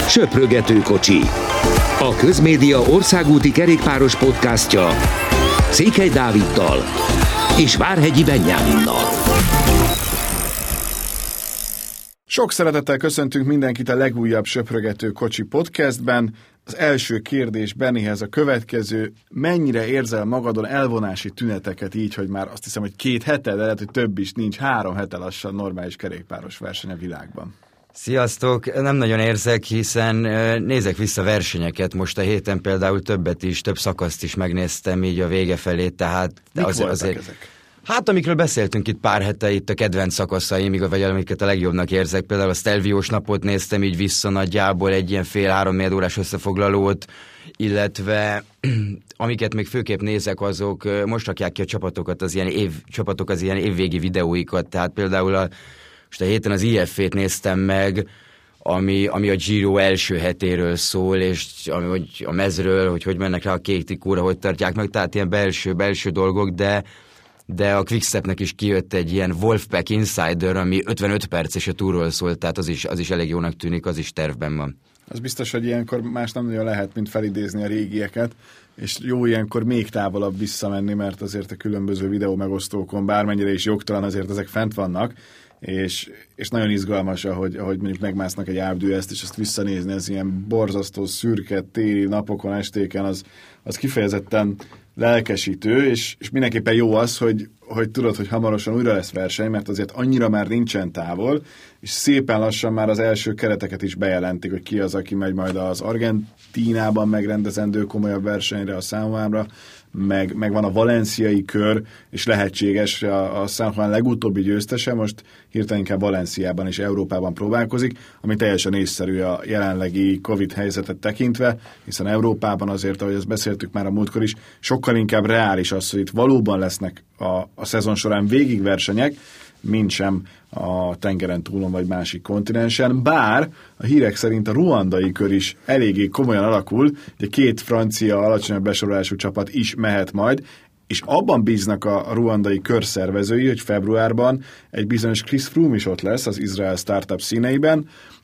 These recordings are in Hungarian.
Söprögető kocsi. A Közmédia országúti kerékpáros podcastja Székely Dáviddal és Várhegyi Benyáminnal. Sok szeretettel köszöntünk mindenkit a legújabb Söprögető kocsi podcastben. Az első kérdés Bennihez a következő: mennyire érzel magadon elvonási tüneteket így, hogy már azt hiszem, hogy 2 hete, de lehet, hogy több is nincs, 3 hete lassan normális kerékpáros verseny a világban? Sziasztok! Nem nagyon érzek, hiszen nézek vissza versenyeket. Most a héten például több szakaszt is megnéztem így a vége felé, tehát... Mik voltak ezek? Hát amikről beszéltünk itt pár hete, itt a kedvenc szakaszaim, vagy amiket a legjobbnak érzek. Például a Stelviós napot néztem így vissza nagyjából, egy ilyen 1,5-3 órás összefoglalót, illetve amiket még főképp nézek, azok most rakják ki a csapatokat, az ilyen évvégi videóikat, tehát például most a héten az IF-t néztem meg, ami a Giro első hetéről szól, és hogy a mezről, hogy mennek rá a kék trikóra, hogy tartják meg, tehát ilyen belső dolgok, de a Quickstepnek is kijött egy ilyen Wolfpack Insider, ami 55 perces a túról szól, tehát az is elég jónak tűnik, az is tervben van. Az biztos, hogy ilyenkor más nem nagyon lehet, mint felidézni a régieket, és jó ilyenkor még távolabb visszamenni, mert azért a különböző videó megosztókon, bármennyire is jogtalan, azért ezek fent vannak, és nagyon izgalmas, ahogy mondjuk megmásznak egy Alpe d'Huez-t, és azt visszanézni, ez ilyen borzasztó szürke téli napokon, estéken, az kifejezetten lelkesítő, és mindenképpen jó az, hogy tudod, hogy hamarosan újra lesz verseny, mert azért annyira már nincsen távol, és szépen lassan már az első kereteket is bejelentik, hogy ki az, aki megy majd az Argentínában megrendezendő komolyabb versenyre, a San Juanra, meg van a valenciai kör, és lehetséges, a San Juan legutóbbi győztese most hirtelen inkább Valenciában és Európában próbálkozik, ami teljesen észszerű a jelenlegi Covid helyzetet tekintve, hiszen Európában azért, ahogy ezt beszéltük már a múltkor is, sokkal inkább reális az, hogy itt valóban lesznek a szezon során végigversenyek, mint sem a tengeren túlon vagy másik kontinensen, bár a hírek szerint a ruandai kör is eléggé komolyan alakul, de 2 francia alacsonyabb besorolású csapat is mehet majd, és abban bíznak a ruandai kör szervezői, hogy februárban egy bizonyos Chris Froome is ott lesz az Izrael Startup színeiben,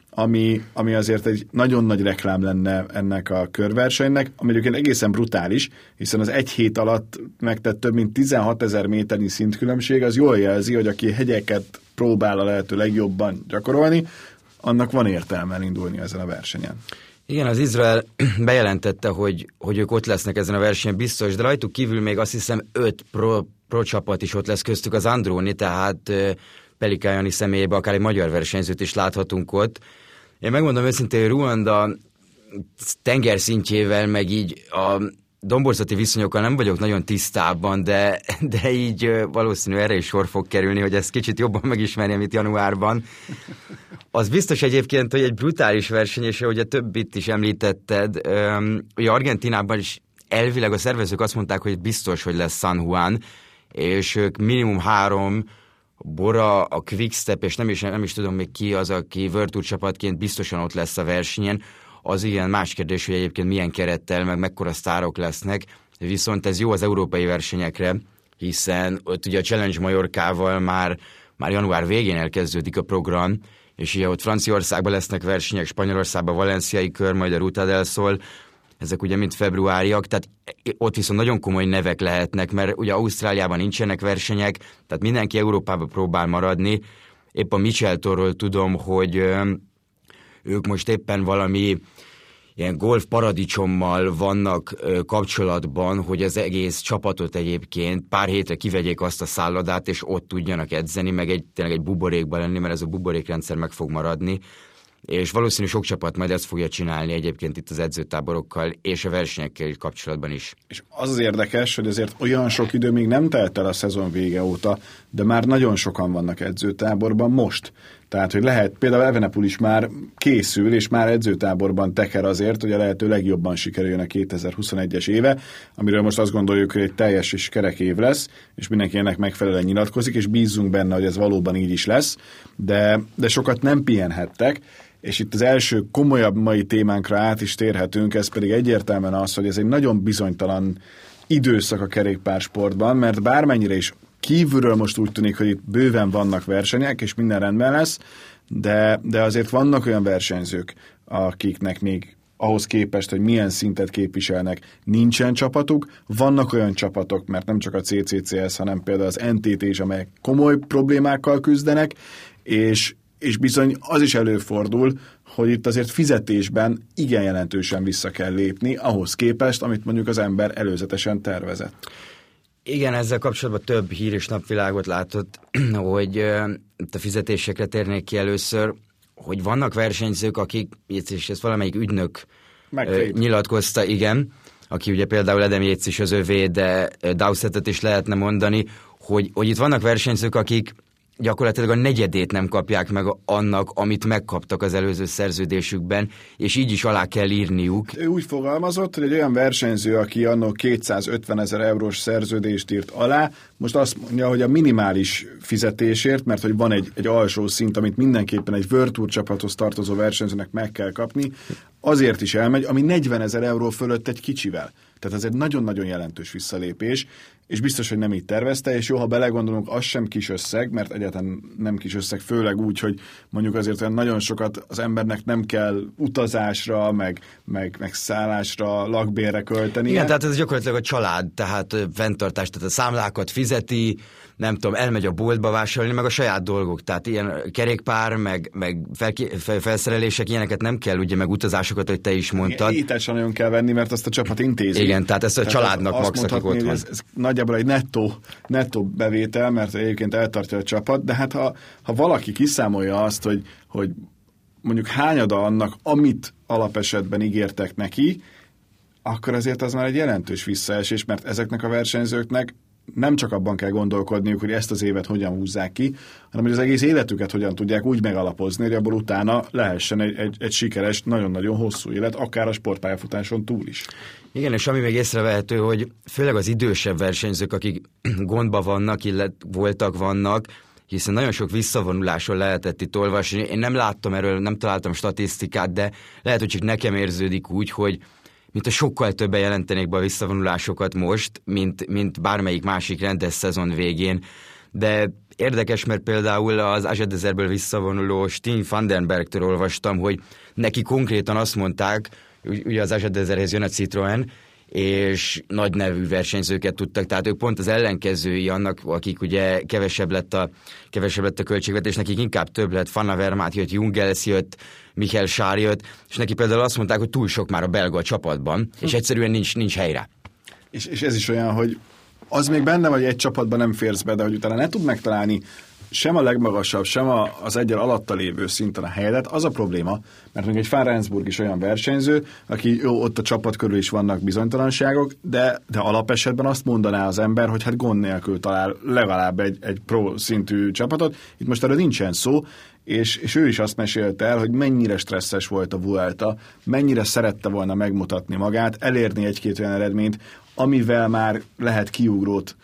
ami azért egy nagyon nagy reklám lenne ennek a körversenynek, ami egyébként egészen brutális, hiszen az 1 hét alatt megtett több mint 16 000 méternyi szintkülönbség, az jól jelzi, hogy aki hegyeket próbál a lehető legjobban gyakorolni, annak van értelme indulni ezen a versenyen. Igen, az Izrael bejelentette, hogy ők ott lesznek ezen a versenyen biztos, de rajtuk kívül még azt hiszem 5 pro csapat is ott lesz, köztük az Androni, tehát Pelikán Jani személyében akár egy magyar versenyzőt is láthatunk ott. Én megmondom őszintén, hogy Ruanda tengerszintjével, meg így a domborzati viszonyokkal nem vagyok nagyon tisztában, de így valószínű erre is sor fog kerülni, hogy ezt kicsit jobban megismerjem itt januárban. Az biztos egyébként, hogy egy brutális verseny, és ahogy a többit is említetted, ugye Argentínában is elvileg a szervezők azt mondták, hogy biztos, hogy lesz San Juan, és ők minimum 3 Bora, a Quickstep, és nem is tudom még ki az, aki World Tour csapatként biztosan ott lesz a versenyen. Az igen más kérdés, hogy egyébként milyen kerettel, meg mekkora sztárok lesznek, viszont ez jó az európai versenyekre, hiszen ott ugye a Challenge Mallorcával már január végén elkezdődik a program, és ugye ott Franciaországban lesznek versenyek, Spanyolországban valenciai kör, majd a Ruta del Sol, ezek ugye mind februáriak, tehát ott viszont nagyon komoly nevek lehetnek, mert ugye Ausztráliában nincsenek versenyek, tehát mindenki Európába próbál maradni. Épp a Micheltorról tudom, hogy ők most éppen valami ilyen golf paradicsommal vannak kapcsolatban, hogy az egész csapatot egyébként pár hétre kivegyék azt a szállodát, és ott tudjanak edzeni, meg tényleg egy buborékban lenni, mert ez a buborékrendszer meg fog maradni. És valószínű sok csapat majd ezt fogja csinálni egyébként itt az edzőtáborokkal és a versenyekkel kapcsolatban is. És az érdekes, hogy azért olyan sok idő még nem telt el a szezon vége óta, de már nagyon sokan vannak edzőtáborban most. Tehát, hogy lehet, például Evenepoel is már készül, és már edzőtáborban teker azért, hogy a lehető legjobban sikerüljön a 2021-es éve, amiről most azt gondoljuk, hogy egy teljes és kerek év lesz, és mindenki ennek megfelelően nyilatkozik, és bízzunk benne, hogy ez valóban így is lesz, de sokat nem pihenhettek, és itt az első komolyabb mai témánkra át is térhetünk, ez pedig egyértelműen az, hogy ez egy nagyon bizonytalan időszak a kerékpársportban, mert bármennyire is kívülről most úgy tűnik, hogy itt bőven vannak versenyek, és minden rendben lesz, de azért vannak olyan versenyzők, akiknek még ahhoz képest, hogy milyen szintet képviselnek, nincsen csapatuk. Vannak olyan csapatok, mert nem csak a CCCS, hanem például az NTT is, amelyek komoly problémákkal küzdenek, és bizony az is előfordul, hogy itt azért fizetésben igen jelentősen vissza kell lépni, ahhoz képest, amit mondjuk az ember előzetesen tervezett. Igen, ezzel kapcsolatban több hír és napvilágot látott, hogy a fizetésekre térnék ki először, hogy vannak versenyzők, akik, és ezt valamelyik ügynök nyilatkozta, igen, aki ugye például Adam Yates is az övé, de Dowsettet is lehetne mondani, hogy itt vannak versenyzők, akik gyakorlatilag a negyedét nem kapják meg annak, amit megkaptak az előző szerződésükben, és így is alá kell írniuk. Ő úgy fogalmazott, hogy egy olyan versenyző, aki anno 250 000 eurós szerződést írt alá, most azt mondja, hogy a minimális fizetésért, mert hogy van egy alsó szint, amit mindenképpen egy World Tour csapathoz tartozó versenyzőnek meg kell kapni, azért is elmegy, ami 40 000 euró fölött egy kicsivel. Tehát ez egy nagyon-nagyon jelentős visszalépés, és biztos, hogy nem így tervezte, és jó, ha belegondolunk, az sem kis összeg, mert egyáltalán nem kis összeg, főleg úgy, hogy mondjuk azért olyan nagyon sokat az embernek nem kell utazásra, meg szállásra, lakbérre költeni. Igen, tehát ez gyakorlatilag a család, tehát fenntartás, tehát a számlákat fizeti, nem tudom, elmegy a boltba vásárolni, meg a saját dolgok, tehát ilyen kerékpár, meg felszerelések, ilyeneket nem kell, ugye, meg utazásokat, hogy te is mondtad. Ételsen nagyon kell venni, mert azt a csapat intézi. Igen, tehát ezt a családnak max, akik ott van. Ez nagyjából egy nettó bevétel, mert egyébként eltartja a csapat, de hát ha valaki kiszámolja azt, hogy mondjuk hányada annak, amit alapesetben ígértek neki, akkor azért az már egy jelentős visszaesés, mert ezeknek a versenyzőknek nem csak abban kell gondolkodniuk, hogy ezt az évet hogyan húzzák ki, hanem hogy az egész életüket hogyan tudják úgy megalapozni, hogy abból utána lehessen egy sikeres, nagyon-nagyon hosszú élet, akár a sportpályafutáson túl is. Igen, és ami még észrevehető, hogy főleg az idősebb versenyzők, akik gondba vannak, vannak, hiszen nagyon sok visszavonuláson lehetett itt olvasni. Én nem láttam erről, nem találtam statisztikát, de lehet, hogy csak nekem érződik úgy, hogy mint a sokkal többen jelentenék be a visszavonulásokat most, mint bármelyik másik rendes szezon végén. De érdekes, mert például az AG2R-ből visszavonuló Stijn van den Bergtől olvastam, hogy neki konkrétan azt mondták, ugye az AG2R-hez jön a Citroën, és nagy nevű versenyzőket tudtak, tehát ők pont az ellenkezői annak, akik ugye kevesebb lett a költségvetés, nekik inkább több lett, Van Avermaet jött, Jungels jött, Michael Schär jött, és neki például azt mondták, hogy túl sok már a belga csapatban, és egyszerűen nincs helyre. És ez is olyan, hogy az még benne vagy egy csapatban nem férsz be, de hogy utána ne tud megtalálni sem a legmagasabb, sem az egyen alatta lévő szinten a helyedet, az a probléma, mert még egy Van Rensburg is olyan versenyző, aki jó, ott a csapat körül is vannak bizonytalanságok, de alapesetben azt mondaná az ember, hogy hát gond nélkül talál legalább egy pro szintű csapatot. Itt most erről nincsen szó, és ő is azt mesélte el, hogy mennyire stresszes volt a Vuelta, mennyire szerette volna megmutatni magát, elérni egy-két olyan eredményt, amivel már lehet kiugrót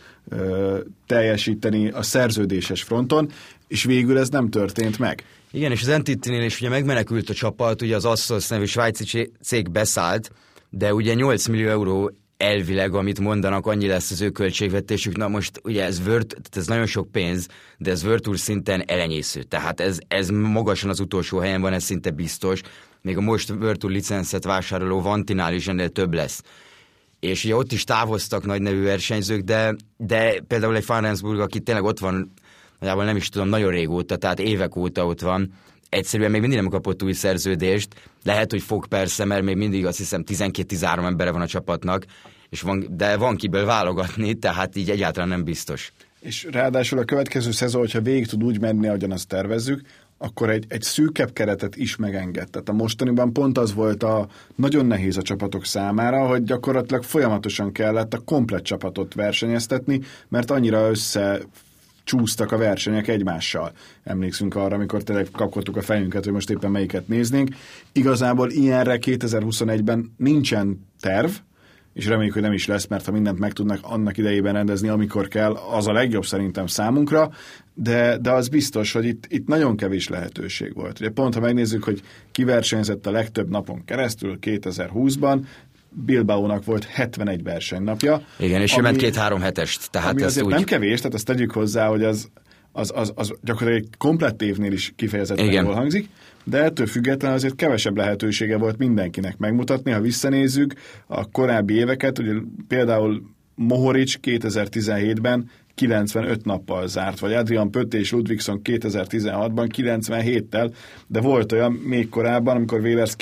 teljesíteni a szerződéses fronton, és végül ez nem történt meg. Igen, és az NTT-nél is ugye megmenekült a csapat, ugye az Assos nevű svájci cég beszállt, de ugye 8 millió euró elvileg, amit mondanak, annyi lesz az ő költségvetésük. Na most ugye ez nagyon sok pénz, de ez World Tour szinten elenyésző. Tehát ez magasan az utolsó helyen van, ez szinte biztos. Még a most World Tour licenszet vásároló Vantinál is ennél több lesz. És ugye ott is távoztak nagy nevű versenyzők, de például egy Van Rensburg, aki tényleg ott van, nagyjából nem is tudom, nagyon régóta, tehát évek óta ott van, egyszerűen még mindig nem kapott új szerződést, lehet, hogy fog persze, mert még mindig azt hiszem 12-13 embere van a csapatnak, de van kiből válogatni, tehát így egyáltalán nem biztos. És ráadásul a következő szezon, hogyha végig tud úgy menni, ahogyan azt tervezzük, akkor egy szűkebb keretet is megenged. Tehát a mostaniban pont az volt nagyon nehéz a csapatok számára, hogy gyakorlatilag folyamatosan kellett a komplett csapatot versenyeztetni, mert annyira csúsztak a versenyek egymással. Emlékszünk arra, amikor tényleg kapkodtuk a fejünket, hogy most éppen melyiket néznénk. Igazából ilyenre 2021-ben nincsen terv, és reméljük, hogy nem is lesz, mert ha mindent meg tudnak annak idejében rendezni, amikor kell, az a legjobb szerintem számunkra, de az biztos, hogy itt nagyon kevés lehetőség volt. Ugye pont, ha megnézzük, hogy ki versenyzett a legtöbb napon keresztül 2020-ban, Bilbaónak volt 71 versenynapja. Igen, és ő ment 2-3 hetest. Tehát ami azért nem kevés, tehát azt tegyük hozzá, hogy az gyakorlatilag egy komplett évnél is kifejezetten jól hangzik, de ettől függetlenül azért kevesebb lehetősége volt mindenkinek megmutatni. Ha visszanézzük a korábbi éveket, ugye például Mohoric 2017-ben 95 nappal zárt, vagy Adrian Pötte és Ludvigsson 2016-ban 97-tel, de volt olyan még korábban, amikor Whalers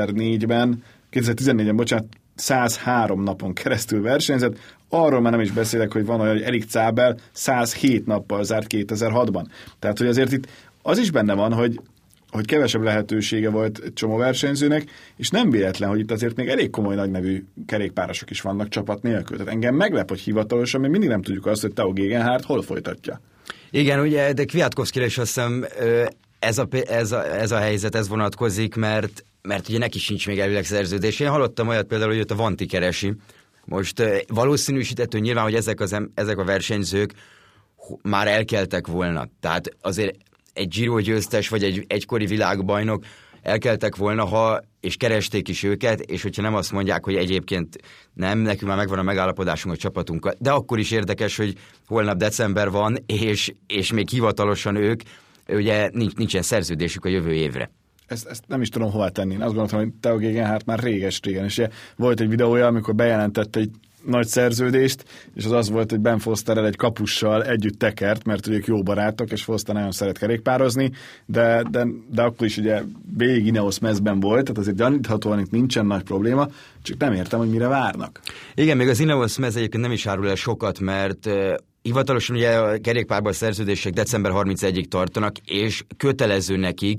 2014-ben, bocsánat, 103 napon keresztül versenyzett, arról már nem is beszélek, hogy van olyan, hogy Erik Zabel 107 nappal zárt 2006-ban. Tehát, hogy azért itt az is benne van, hogy kevesebb lehetősége volt egy csomó versenyzőnek, és nem véletlen, hogy itt azért még elég komoly nagynevű kerékpárosok is vannak csapat nélkül. Tehát engem meglep, hogy hivatalosan még mindig nem tudjuk azt, hogy Tao Gegenhardt hol folytatja. Igen, ugye, de Kwiatkowskira is azt hiszem ez a helyzet, ez vonatkozik, mert ugye neki sincs még elvileg szerződés. Én hallottam olyat például, hogy őt a Vanti keresi. Most valószínűsítettő nyilván, hogy ezek a versenyzők már elkeltek volna. Tehát azért egy Giro győztes, vagy egy egykori világbajnok elkeltek volna, és keresték is őket, és hogyha nem azt mondják, hogy egyébként nem, nekünk már megvan a megállapodásunk a csapatunkkal. De akkor is érdekes, hogy holnap december van, és még hivatalosan ők, ugye nincsen szerződésük a jövő évre. Ezt nem is tudom hova tenni. Én azt gondoltam, hogy Tao Gegenhardt már régen, és volt egy videója, amikor bejelentett egy nagy szerződést, és az volt, hogy Ben Fosterrel egy kapussal együtt tekert, mert ők jó barátok, és Foster nagyon szeret kerékpározni, de akkor is ugye végig Ineos mezben volt, tehát azért gyaníthatóan itt nincsen nagy probléma, csak nem értem, hogy mire várnak. Igen, még az Ineos mez egyébként nem is árul el sokat, mert hivatalosan ugye a kerékpárban a szerződések december 31-ig tartanak, és kötelező nekik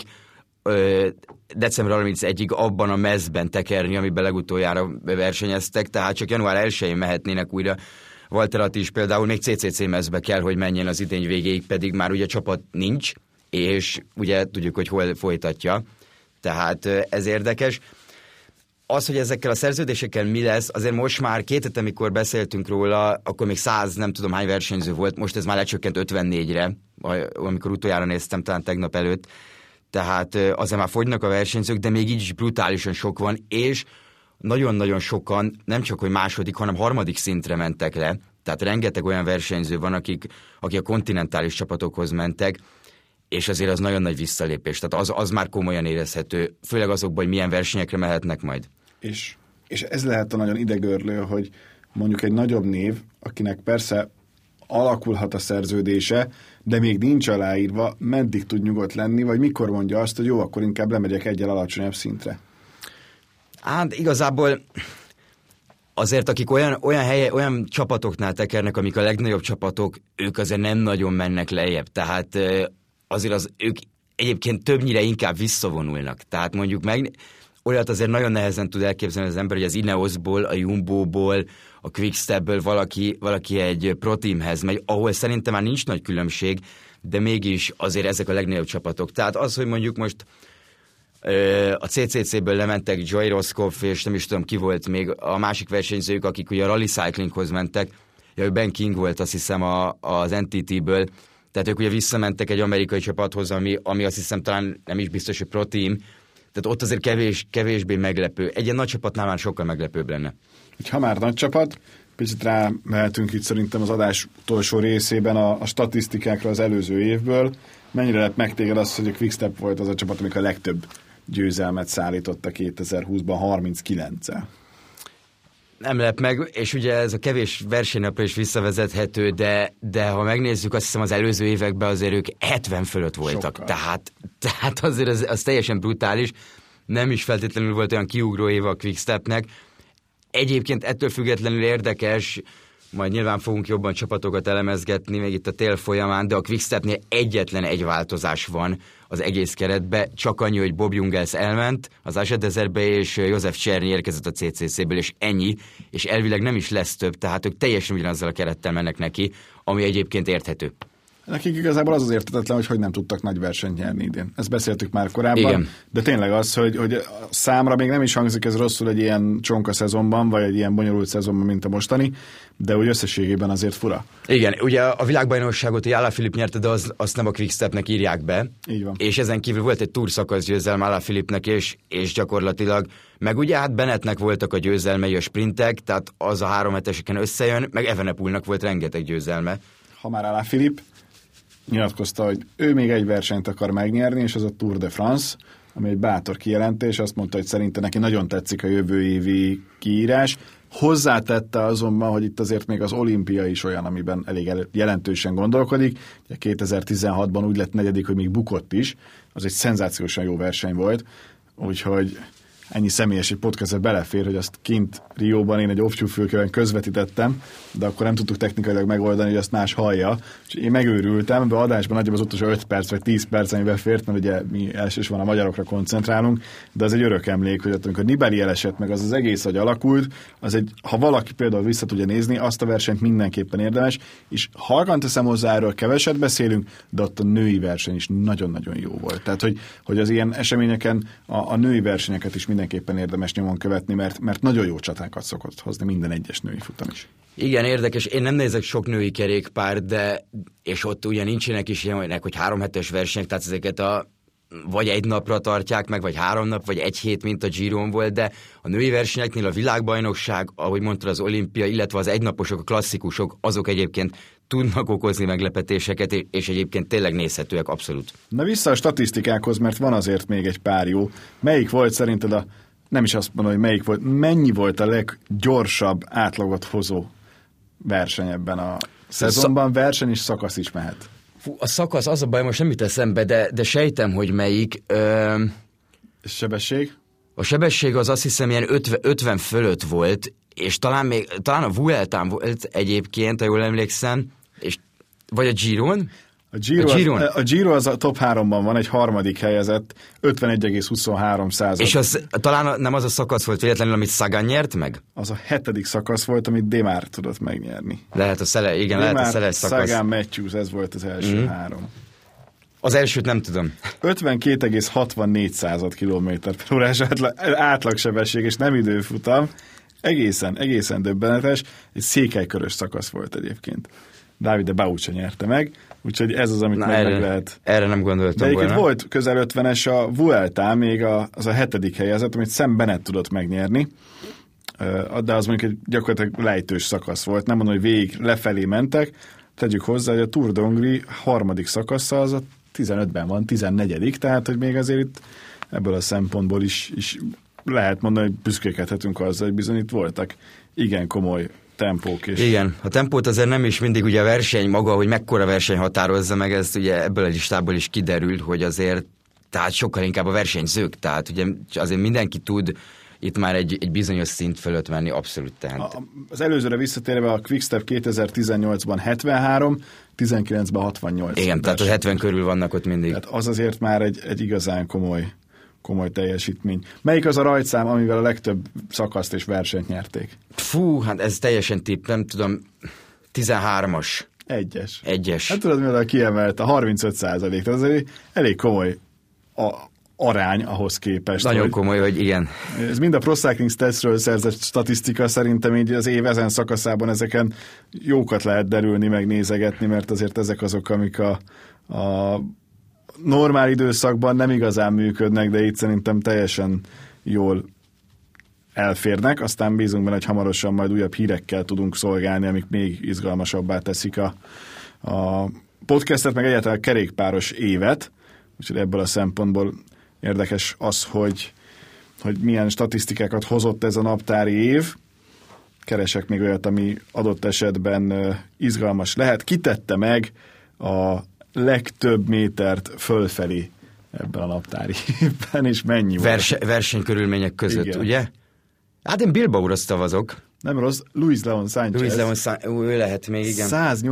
december 31-ig abban a mezben tekerni, amiben legutoljára versenyeztek, tehát csak január 1-én mehetnének újra. Walter Attila is például még CCC mezbe kell, hogy menjen az idény végéig, pedig már ugye csapat nincs, és ugye tudjuk, hogy hol folytatja. Tehát ez érdekes. Az, hogy ezekkel a szerződésekkel mi lesz, azért most már 2 hete, amikor beszéltünk róla, akkor még 100 nem tudom hány versenyző volt, most ez már lecsökkent 54-re, amikor utoljára néztem, talán tegnap előtt. Tehát azért már fogynak a versenyzők, de még így is brutálisan sok van, és nagyon-nagyon sokan nem csak, hogy második, hanem harmadik szintre mentek le. Tehát rengeteg olyan versenyző van, akik a kontinentális csapatokhoz mentek, és azért az nagyon nagy visszalépés. Tehát az már komolyan érezhető, főleg azokban, hogy milyen versenyekre mehetnek majd. És ez lehet a nagyon idegörlő, hogy mondjuk egy nagyobb név, akinek persze alakulhat a szerződése, de még nincs aláírva, meddig tud nyugodt lenni, vagy mikor mondja azt, hogy jó, akkor inkább lemegyek egyel alacsonyabb szintre? Hát igazából azért, akik olyan csapatoknál tekernek, amik a legnagyobb csapatok, ők azért nem nagyon mennek lejjebb. Tehát azért ők egyébként többnyire inkább visszavonulnak. Tehát mondjuk olyat azért nagyon nehezen tud elképzelni az ember, hogy az Ineosból, a Jumbo-ból, a Quickstepből valaki egy pro teamhez megy, ahol szerintem már nincs nagy különbség, de mégis azért ezek a legnagyobb csapatok. Tehát az, hogy mondjuk most a CCC-ből lementek Joy Roscoff, és nem is tudom ki volt még a másik versenyzők, akik ugye a Rally Cyclinghoz mentek, Ben King volt azt hiszem az NTT-ből, tehát ők ugye visszamentek egy amerikai csapathoz, ami azt hiszem talán nem is biztos, hogy pro team, tehát ott azért kevésbé meglepő. Egy ilyen nagy csapatnál már sokkal meglepőbb lenne. Ha már nagy csapat, picit rámehetünk itt szerintem az adás utolsó részében a statisztikákra az előző évből. Mennyire lett meg téged az, hogy a Quickstep volt az a csapat, amik a legtöbb győzelmet szállította 2020-ban 39-el? Nem lep meg, és ugye ez a kevés versenynapra is visszavezethető, de ha megnézzük, azt hiszem az előző években azért ők 70 fölött voltak. Tehát azért az teljesen brutális. Nem is feltétlenül volt olyan kiugró éve a Quickstepnek. Egyébként ettől függetlenül érdekes, majd nyilván fogunk jobban csapatokat elemezgetni, még itt a tél folyamán, de a Quickstepnél egyetlen egy változás van az egész keretbe, csak annyi, hogy Bob Jungels elment az Aschedezerbe, és József Czerny érkezett a CCC-ből, és ennyi, és elvileg nem is lesz több, tehát ők teljesen ugyanazzal a kerettel mennek neki, ami egyébként érthető. Nekik igazából az érthetetlen, hogy nem tudtak nagy versenyt nyerni idén. Ezt beszéltük már korábban, igen. De tényleg az, hogy számra még nem is hangzik ez rosszul egy ilyen csonka szezonban, vagy egy ilyen bonyolult szezonban, mint a mostani, de úgy összességében azért fura. Igen, ugye a világbajnokságot, hogy Alaphilippe nyerte, de azt nem a Quickstepnek írják be. Így van. És ezen kívül volt egy Tour szakasz győzelme Alaphilippnek, és gyakorlatilag, meg ugye hát Bennettnek voltak a győzelmei, a sprintek, tehát az a 3 heteseken összejön, meg Evenepoelnak volt rengeteg győzelme. Ha már Alaphilippe, nyilatkozta, hogy ő még egy versenyt akar megnyerni, és az a Tour de France, ami egy bátor kijelentés, azt mondta, hogy szerinte neki nagyon tetszik a jövő évi kiírás. Hozzátette azonban, hogy itt azért még az olimpia is olyan, amiben elég jelentősen gondolkodik. 2016-ban úgy lett negyedik, hogy még bukott is. Az egy szenzációsan jó verseny volt, úgyhogy ennyi személyes egy podcastbe belefér, hogy azt kint Rióban én egy off-tube fülkében közvetítettem, de akkor nem tudtuk technikailag megoldani, hogy azt más hallja. És én megőrültem, de adásban nagyjából az utolsó 5 perc vagy 10 perc, ami befért, mert ugye mi elsősorban a magyarokra koncentrálunk, de az egy örök emlék, hogy ott, amikor Nibali elesett, meg az egész, hogy alakult, az egy, ha valaki például vissza tudja nézni, azt a versenyt mindenképpen érdemes, és halkan teszem hozzá, erről keveset beszélünk, de ott a női verseny is nagyon-nagyon jó volt. Tehát, hogy az ilyen eseményeken a női versenyeket is mindenképpen érdemes nyomon követni, mert nagyon jó csatákat szokott hozni minden egyes női futam is. Igen, érdekes. Én nem nézek sok női kerékpárt, de és ott ugye nincsenek is ilyenek, hogy 3 hetes versenyek, tehát ezeket vagy egy napra tartják meg, vagy 3 nap, vagy 1 hét, mint a Giron volt, de a női versenyeknél a világbajnokság, ahogy mondtad, az olimpia, illetve az egynaposok, a klasszikusok, azok egyébként tudnak okozni meglepetéseket, és egyébként tényleg nézhetőek abszolút. Na vissza a statisztikákhoz, mert van azért még egy pár jó. Melyik volt szerinted nem is azt mondom, hogy melyik volt, mennyi volt a leggyorsabb átlagot hozó verseny ebben a szezonban? Verseny és szakasz is mehet. Fú, a szakasz, az a baj, most nem jut eszembe, de sejtem, hogy melyik. És sebesség? A sebesség az azt hiszem ilyen 50 fölött volt, és talán a Vueltán volt egyébként, ha jól emlékszem, vagy a Giron? A Giro az a top 3-ban van, egy harmadik helyezett, 51,23%. És az, talán nem az a szakasz volt véletlenül, amit Sagan nyert meg? Az a 7. szakasz volt, amit Demar tudott megnyerni. Lehet a szeles szakasz. Sagan, Matthews, ez volt az első 3. Az elsőt nem tudom. 52,64 km/h átlagsebesség, és nem időfutam. Egészen döbbenetes. Egy székelykörös szakasz volt egyébként. Davide Baucha nyerte meg, úgyhogy ez az, amit meg lehet. Erre nem gondoltam de volna. Volt közel 50-es a Vueltán, még az a 7. helyezett, amit Sam Bennett tudott megnyerni, de az mondjuk egy gyakorlatilag lejtős szakasz volt. Nem mondom, hogy végig lefelé mentek. Tegyük hozzá, hogy a Tour de Hongrie 3. szakasza az a 15-ben van, 14. Tehát, hogy még azért itt ebből a szempontból is lehet mondani, hogy büszkékedhetünk azzal, hogy bizony itt voltak igen komoly tempók is. Igen, a tempót azért nem is mindig ugye a verseny maga, hogy mekkora verseny határozza meg, ez ugye ebből a listából is kiderült, hogy azért tehát sokkal inkább a versenyzők, tehát ugye azért mindenki tud itt már egy bizonyos szint fölött menni, abszolút tehát. Az előzőre visszatérve a Quickstep 2018-ban 73, 19-ben 68. Igen, tehát a 70 körül vannak ott mindig. Tehát az azért már egy igazán komoly teljesítmény. Melyik az a rajtszám, amivel a legtöbb szakaszt és versenyt nyerték? Fú, hát ez teljesen tipp, nem tudom, 13-as. Egyes. Hát tudod, mivel kiemelt a 35%, tehát az elég komoly arány ahhoz képest. Nagyon komoly, hogy igen. Ez mind a Pro Cycling Statsről szerzett statisztika, szerintem így az év ezen szakaszában ezeken jókat lehet derülni, meg nézegetni, mert azért ezek azok, amik a normál időszakban nem igazán működnek, de itt szerintem teljesen jól elférnek, aztán bízunk benne, hogy hamarosan majd újabb hírekkel tudunk szolgálni, amik még izgalmasabbá teszik a podcastet, meg egyáltalán a kerékpáros évet, úgyhogy ebből a szempontból érdekes az, hogy milyen statisztikákat hozott ez a naptári év. Keresek még olyat, ami adott esetben izgalmas lehet. Kitette meg a legtöbb métert fölfelé ebben a naptári évben, és mennyi volt? Versenykörülmények között, igen. Ugye? Hát én Bilbaóra szavazok. Nem rossz, Luis Leon Sánchez. Ő lehet még, igen.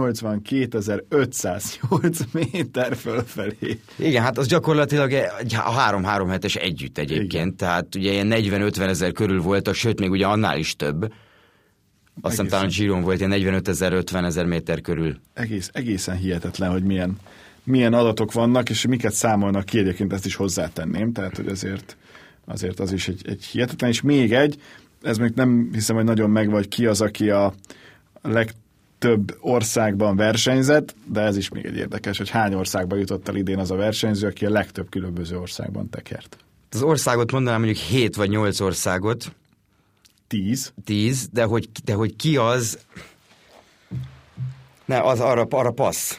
182.008 méter fölfelé. Igen, hát az gyakorlatilag a 3-3 hetes együtt egyébként, igen. Tehát ugye ilyen 40-50 ezer körül voltak, sőt még ugye annál is több. Aztán talán Giron volt ilyen 45 ezer, 50 ezer méter körül. Egészen hihetetlen, hogy milyen adatok vannak, és miket számolnak ki, egyébként ezt is hozzátenném, tehát hogy azért az is egy hihetetlen, és még ez még nem hiszem, hogy nagyon megvagy ki az, aki a legtöbb országban versenyzett, de ez is még egy érdekes, hogy hány országban jutott el idén az a versenyző, aki a legtöbb különböző országban tekert. Az országot mondanám mondjuk 7 vagy 8 országot. 10, de hogy ki az, ne, az arra passz.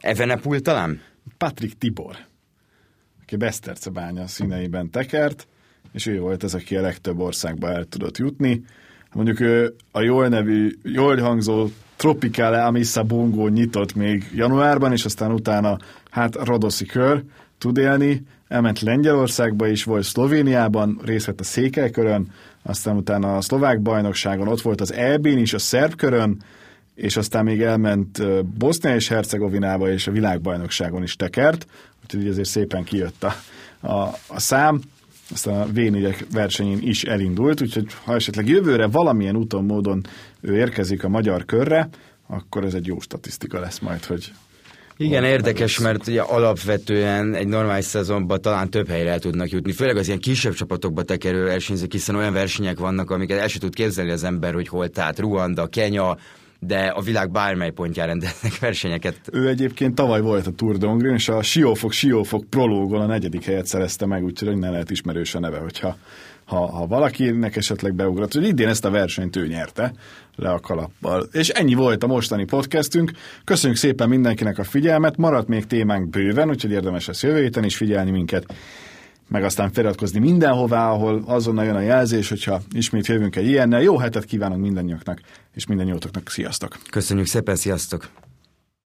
Evenepoel talán? Patrick Tibor, aki Besztercebánya színeiben tekert, és ő volt az, aki a legtöbb országba el tudott jutni. Mondjuk ő a jól hangzó Tropicale Amissa Bongo nyitott még januárban, és aztán utána Rodoszi kör tud élni, elment Lengyelországba is, volt Szlovéniában, részt vett a székelykörön, aztán utána a szlovák bajnokságon, ott volt az EB-n is, a szerb körön, és aztán még elment Bosznia és Hercegovinába, és a világbajnokságon is tekert, úgyhogy ezért szépen kijött a szám, aztán a V4-ek versenyén is elindult, úgyhogy ha esetleg jövőre valamilyen úton, módon ő érkezik a magyar körre, akkor ez egy jó statisztika lesz majd, hogy... Igen, érdekes, mert ugye alapvetően egy normális szezonban talán több helyre el tudnak jutni, főleg az ilyen kisebb csapatokba tekerő versenyzők, hiszen olyan versenyek vannak, amiket el sem tud képzelni az ember, hogy hol, tehát Ruanda, Kenya, de a világ bármely pontján rendeznek versenyeket. Ő egyébként tavaly volt a Tour de Hongrie, és a Siófok prológon a 4. helyet szerezte meg, úgyhogy innen lehet ismerős a neve, hogyha ha valakinek esetleg beugrott, hogy idén ezt a versenyt ő nyerte le a kalappal. És ennyi volt a mostani podcastünk. Köszönjük szépen mindenkinek a figyelmet, maradt még témánk bőven, úgyhogy érdemes lesz jövő héten is figyelni minket, meg aztán feliratkozni mindenhová, ahol azonnal jön a jelzés, hogyha ismét jövünk egy ilyennel. Jó hetet kívánok mindannyiaknak, és minden jótoknak. Sziasztok! Köszönjük szépen, sziasztok!